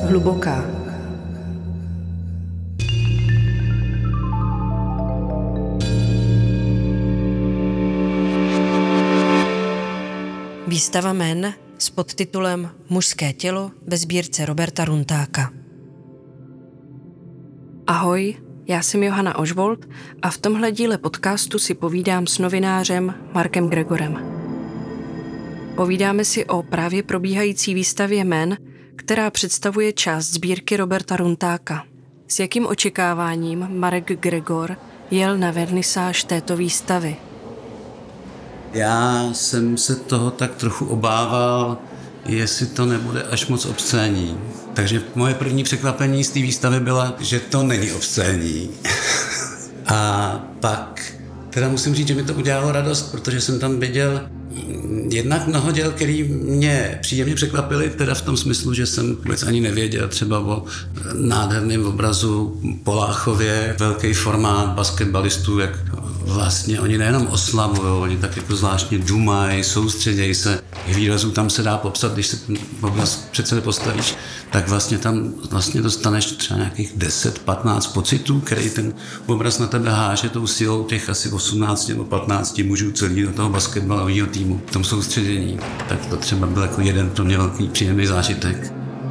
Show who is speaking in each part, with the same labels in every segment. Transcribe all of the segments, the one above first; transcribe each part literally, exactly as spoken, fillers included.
Speaker 1: Hluboká. Výstava jmen s podtitulem Mužské tělo ve sbírce Roberta Runtáka. Ahoj, já jsem Johana Ožvold a v tomhle díle podcastu si povídám s novinářem Markem Gregorem. Povídáme si o právě probíhající výstavě jmen, která představuje část sbírky Roberta Runtáka. S jakým očekáváním Marek Gregor jel na vernisáž této výstavy?
Speaker 2: Já jsem se toho tak trochu obával, jestli to nebude až moc obscénní. Takže moje první překvapení z té výstavy byla, že to není obscénní. A pak teda musím říct, že mi to udělalo radost, protože jsem tam viděl jednak mnoho děl, který mě příjemně překvapily, teda v tom smyslu, že jsem vůbec ani nevěděl třeba o nádherném obrazu Poláchově, velký formát basketbalistů, jak vlastně oni nejenom oslavujou, oni tak jako zvláštně dumají, soustředějí se. Výrazů tam se dá popsat, když se ten obraz před sebe postavíš, tak vlastně tam vlastně dostaneš třeba nějakých deset patnáct pocitů, který ten obraz na tebe háže tou silou těch asi osmnáct nebo patnáct mužů celý do toho basketbalového týmu v tom soustředění. Tak to třeba byl jako jeden pro mě velký příjemný zážitek.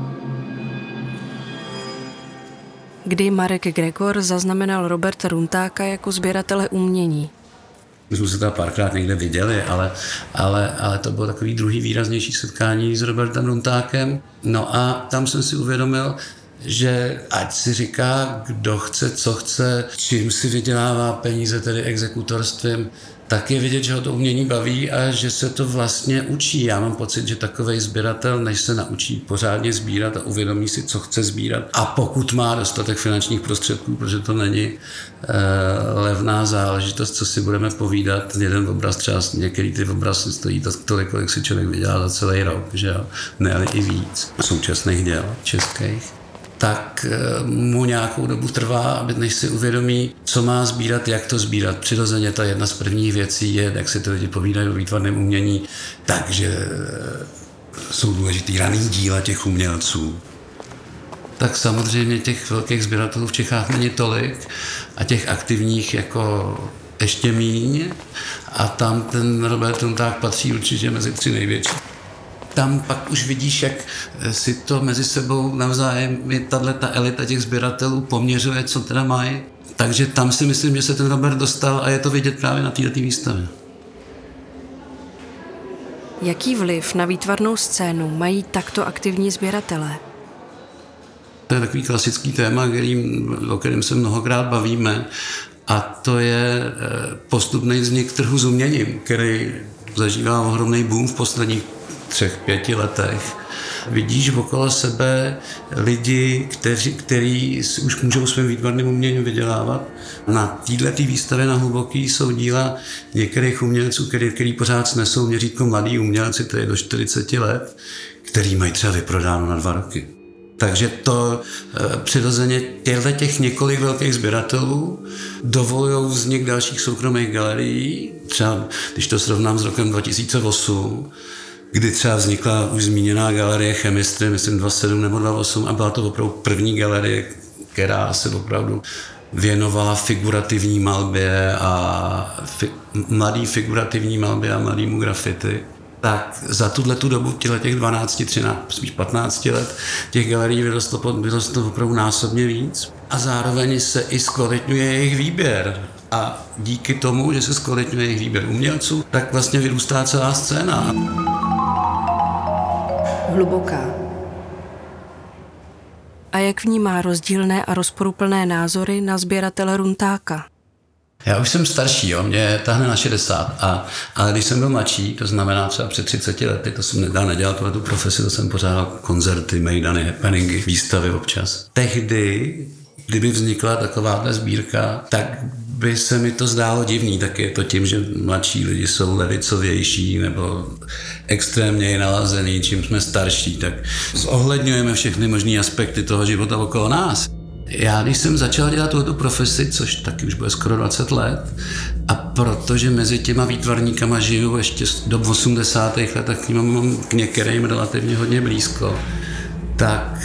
Speaker 1: Kdy Marek Gregor zaznamenal Roberta Runtáka jako sběratele umění?
Speaker 2: My jsme se teda párkrát někde viděli, ale, ale, ale to bylo takový druhý výraznější setkání s Robertem Runtákem. No a tam jsem si uvědomil, že ať si říká, kdo chce, co chce, čím si vydělává peníze, tedy exekutorstvím, tak je vidět, že ho to umění baví a že se to vlastně učí. Já mám pocit, že takovej sběratel, než se naučí pořádně sbírat a uvědomí si, co chce sbírat, a pokud má dostatek finančních prostředků, protože to není e, levná záležitost, co si budeme povídat, jeden obraz třeba, některý ty obrazy stojí tolik, kolik si člověk vydělá za celý rok, že jo, ne, i víc současných děl českých, tak mu nějakou dobu trvá, aby než si uvědomí, co má sbírat, jak to sbírat. Přirozeně ta jedna z prvních věcí je, jak si to lidi povídají o výtvarném umění, takže jsou důležitý raný díla těch umělců. Tak samozřejmě těch velkých sběratelů v Čechách není tolik a těch aktivních jako ještě míň a tam ten Robert Runták patří určitě mezi tři největší. Tam pak už vidíš, jak si to mezi sebou navzájem tato elita těch sběratelů poměřuje, co teda mají. Takže tam si myslím, že se ten Robert dostal a je to vidět právě na této výstavě.
Speaker 1: Jaký vliv na výtvarnou scénu mají takto aktivní sběratelé?
Speaker 2: To je takový klasický téma, kterým, o kterém se mnohokrát bavíme, a to je postupný vznik trhu s uměním, který zažívá ohromný boom v posledních třech, pěti letech. Vidíš okolo sebe lidi, kteří, kteří už můžou svým výtvarným uměním vydělávat. Na této výstavě na Hluboký jsou díla některých umělců, který, který pořád snesou měřítko mladí umělci, to je do čtyřiceti let, který mají třeba vyprodáno na dva roky. Takže to e, přirozeně těchto těch několik velkých sběratelů dovolují vznik dalších soukromých galerií. Třeba když to srovnám s rokem dva tisíce osm, kdy třeba vznikla už zmíněná galerie Chemistry, myslím dva tisíce sedm nebo dva tisíce osm, a byla to opravdu první galerie, která se opravdu věnovala figurativní malbě a fi- mladý figurativní malbě a mladému grafity. Tak za tuhletu dobu, těch dvanáct, třináct, spíš patnáct let, těch galerií vyrostlo, vyrostlo opravdu násobně víc. A zároveň se i zkvalitňuje jejich výběr. A díky tomu, že se zkvalitňuje jejich výběr umělců, tak vlastně vyrůstá celá scéna.
Speaker 1: Hluboká. A jak vnímá rozdílné a rozporuplné názory na sběratele Runtáka?
Speaker 2: Já už jsem starší, jo, mě tahne na šedesát, a, ale když jsem byl mladší, to znamená třeba před třiceti lety, to jsem nedal nedělal tuhletu profesi, to jsem pořádal koncerty, mejdany, happeningy, výstavy občas. Tehdy, kdyby vznikla takováhle sbírka, tak by se mi to zdálo divný, tak je to tím, že mladší lidi jsou levicovější nebo extrémně nalazený, čím jsme starší, tak zohledňujeme všechny možný aspekty toho života okolo nás. Já když jsem začal dělat tuto profesi, což taky už bude skoro dvacet let, a protože mezi těma výtvarníkama žiju ještě do osmdesátých let, tak mám k některým relativně hodně blízko, tak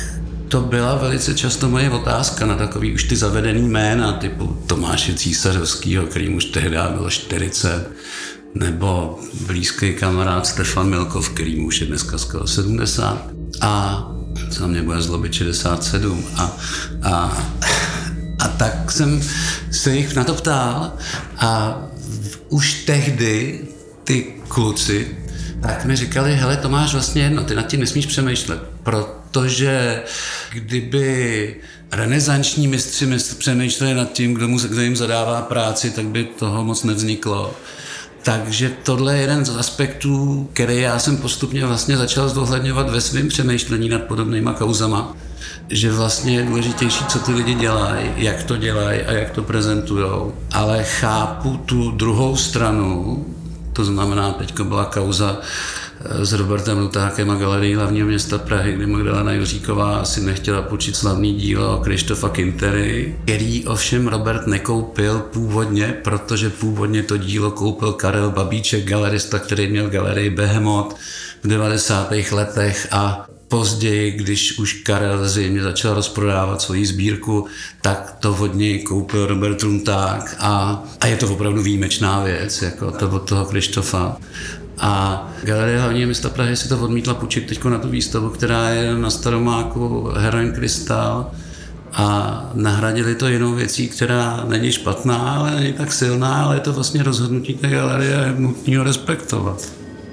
Speaker 2: to byla velice často moje otázka na takový už ty zavedený jména typu Tomáše Císařovskýho, který už tehdy bylo čtyřicet, nebo blízký kamarád Stefan Milkov, který už je dneska skoro sedmdesát a co mě bude zlobit šedesát sedm a, a, a tak jsem se jich na to ptal a už tehdy ty kluci tak mi říkali, hele, to máš vlastně jedno, ty nad tím nesmíš přemýšlet, protože kdyby renesanční mistři přemýšleli nad tím, kdo, mu, kdo jim zadává práci, tak by toho moc nevzniklo. Takže tohle je jeden z aspektů, který já jsem postupně vlastně začal zohledňovat ve svém přemýšlení nad podobnýma kauzama, že vlastně je důležitější, co ty lidi dělají, jak to dělají a jak to prezentujou. Ale chápu tu druhou stranu, to znamená, teďko byla kauza s Robertem Lutákem a Galerií hlavního města Prahy, kdy Magdalena Juříková asi nechtěla půjčit slavný dílo Krištofa Kintery, který ovšem Robert nekoupil původně, protože původně to dílo koupil Karel Babíček, galerista, který měl galerii Behemoth v devadesátých letech a později, když už Karel zřejmě začal rozprodávat svoji sbírku, tak to od něj koupil Robert Runták a, a je to opravdu výjimečná věc, jako to od toho Krištofa. A Galerie hlavního města Prahy si to odmítla půjčit teď na tu výstavu, která je na Staromáku Heroin Krystal a nahradili to jinou věcí, která není špatná, ale není tak silná, ale je to vlastně rozhodnutí té galerie a je nutné ho respektovat.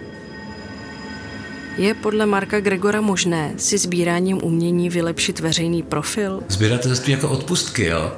Speaker 1: Je podle Marka Gregora možné si sbíráním umění vylepšit veřejný profil?
Speaker 2: Sběratelství jako odpustky, jo?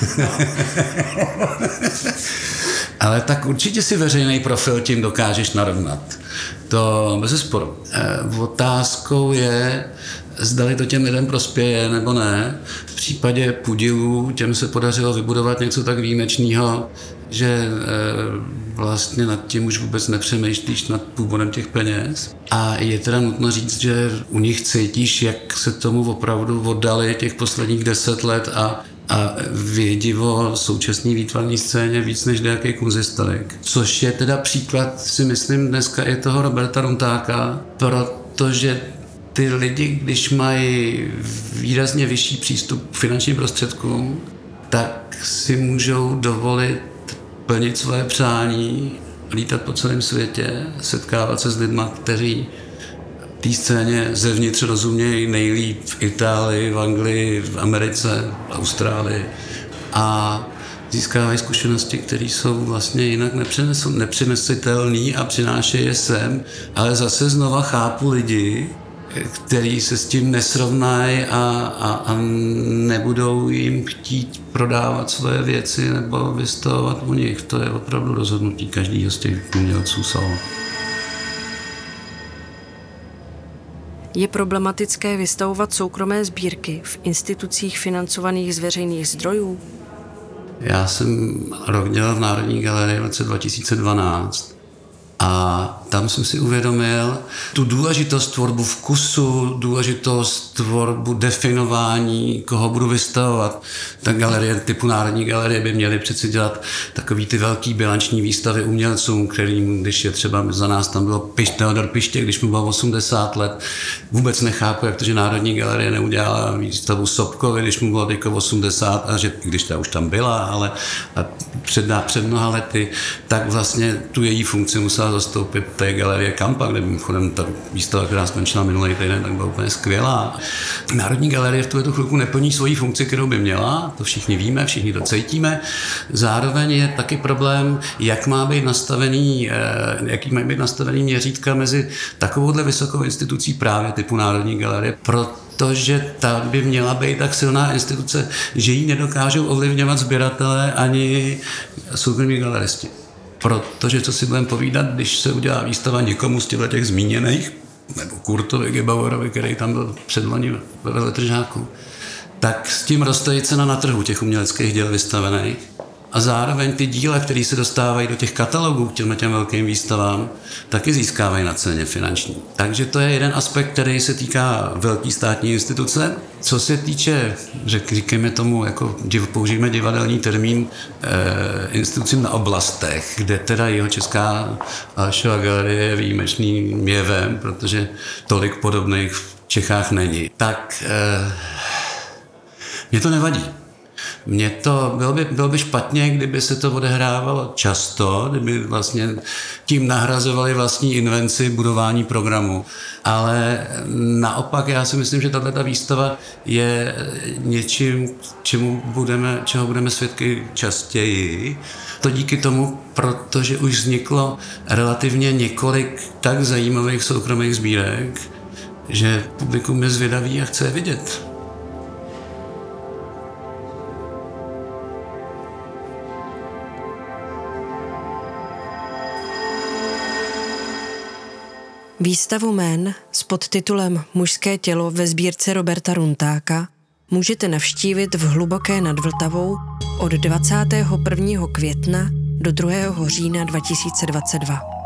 Speaker 2: Ale tak určitě si veřejný profil tím dokážeš narovnat. To bezesporu. E, otázkou je, zdali to těm lidem prospěje nebo ne. V případě Pudilů těm se podařilo vybudovat něco tak výjimečného, že e, vlastně nad tím už vůbec nepřemýšlíš nad původem těch peněz. A je teda nutno říct, že u nich cítíš, jak se tomu opravdu oddali těch posledních deset let a a vědí o současné výtvarné scéně víc než nějaký kunzistorik. Což je teda příklad, si myslím, dneska i toho Roberta Runtáka, protože ty lidi, když mají výrazně vyšší přístup k finančním prostředkům, tak si můžou dovolit plnit své přání, lítat po celém světě, setkávat se s lidmi, kteří té scéně zevnitř rozumějí nejlíp v Itálii, v Anglii, v Americe, v Austrálii a získávají zkušenosti, které jsou vlastně jinak nepřenesitelné a přinášejí je sem, ale zase znova chápu lidi, kteří se s tím nesrovnají a, a, a nebudou jim chtít prodávat svoje věci nebo vystavovat u nich. To je opravdu rozhodnutí každého z těch umělců sám.
Speaker 1: Je problematické vystavovat soukromé sbírky v institucích financovaných z veřejných zdrojů?
Speaker 2: Já jsem rok dělal v Národní galerii v roce dva tisíce dvanáct a tam jsem si uvědomil tu důležitost tvorbu vkusu, důležitost tvorbu definování, koho budu vystavovat. Ta galerie typu Národní galerie by měly přeci dělat takový ty velký bilanční výstavy umělcům, kterým, když je třeba za nás tam bylo Pišt, Teodor Pištěk, když mu bylo osmdesát let, vůbec nechápu, jak to, že Národní galerie neudělala výstavu Sobkovi, když mu bylo teďko osmdesát, a že, když ta už tam byla, ale a před, před mnoha lety, tak vlastně tu její funkci musela zastoupit té galerie Kampa, kde mimochodem ta výstava, která skončila minulý týden, tak byla úplně skvělá. Národní galerie v tuto chvilku neplní svoji funkci, kterou by měla, to všichni víme, všichni to cítíme. Zároveň je taky problém, jak má být nastavený, jaký mají být nastavený měřítka mezi takovouhle vysokou institucí právě typu Národní galerie, protože ta by měla být tak silná instituce, že ji nedokážou ovlivňovat sběratelé ani soukromí galeristi. Protože, co si budeme povídat, když se udělá výstava někomu z těchto těch zmíněných, nebo Kurtovi, Gebauerovi, který tam byl předloni ve Veletržáku, tak s tím roste i cena na trhu těch uměleckých děl vystavených. A zároveň ty díla, které se dostávají do těch katalogů k těm, těm velkým výstavám, taky získávají na ceně finanční. Takže to je jeden aspekt, který se týká velké státní instituce. Co se týče, říkáme tomu, jako použijeme divadelní termín, eh, institucím na oblastech, kde teda Jihočeská Alešova galerie je výjimečným jevem, protože tolik podobných v Čechách není. Tak eh, Mně to nevadí. Mně to bylo by, bylo by špatně, kdyby se to odehrávalo často, kdyby vlastně tím nahrazovali vlastní invenci budování programu. Ale naopak já si myslím, že tato výstava je něčím, čemu budeme, čeho budeme svědky častěji. To díky tomu, protože už vzniklo relativně několik tak zajímavých soukromých sbírek, že publikum je zvědavý a chce je vidět.
Speaker 1: Výstavu jmen s podtitulem Mužské tělo ve sbírce Roberta Runtáka můžete navštívit v Hluboké nad Vltavou od dvacátého prvního května do druhého října dva tisíce dvacet dva.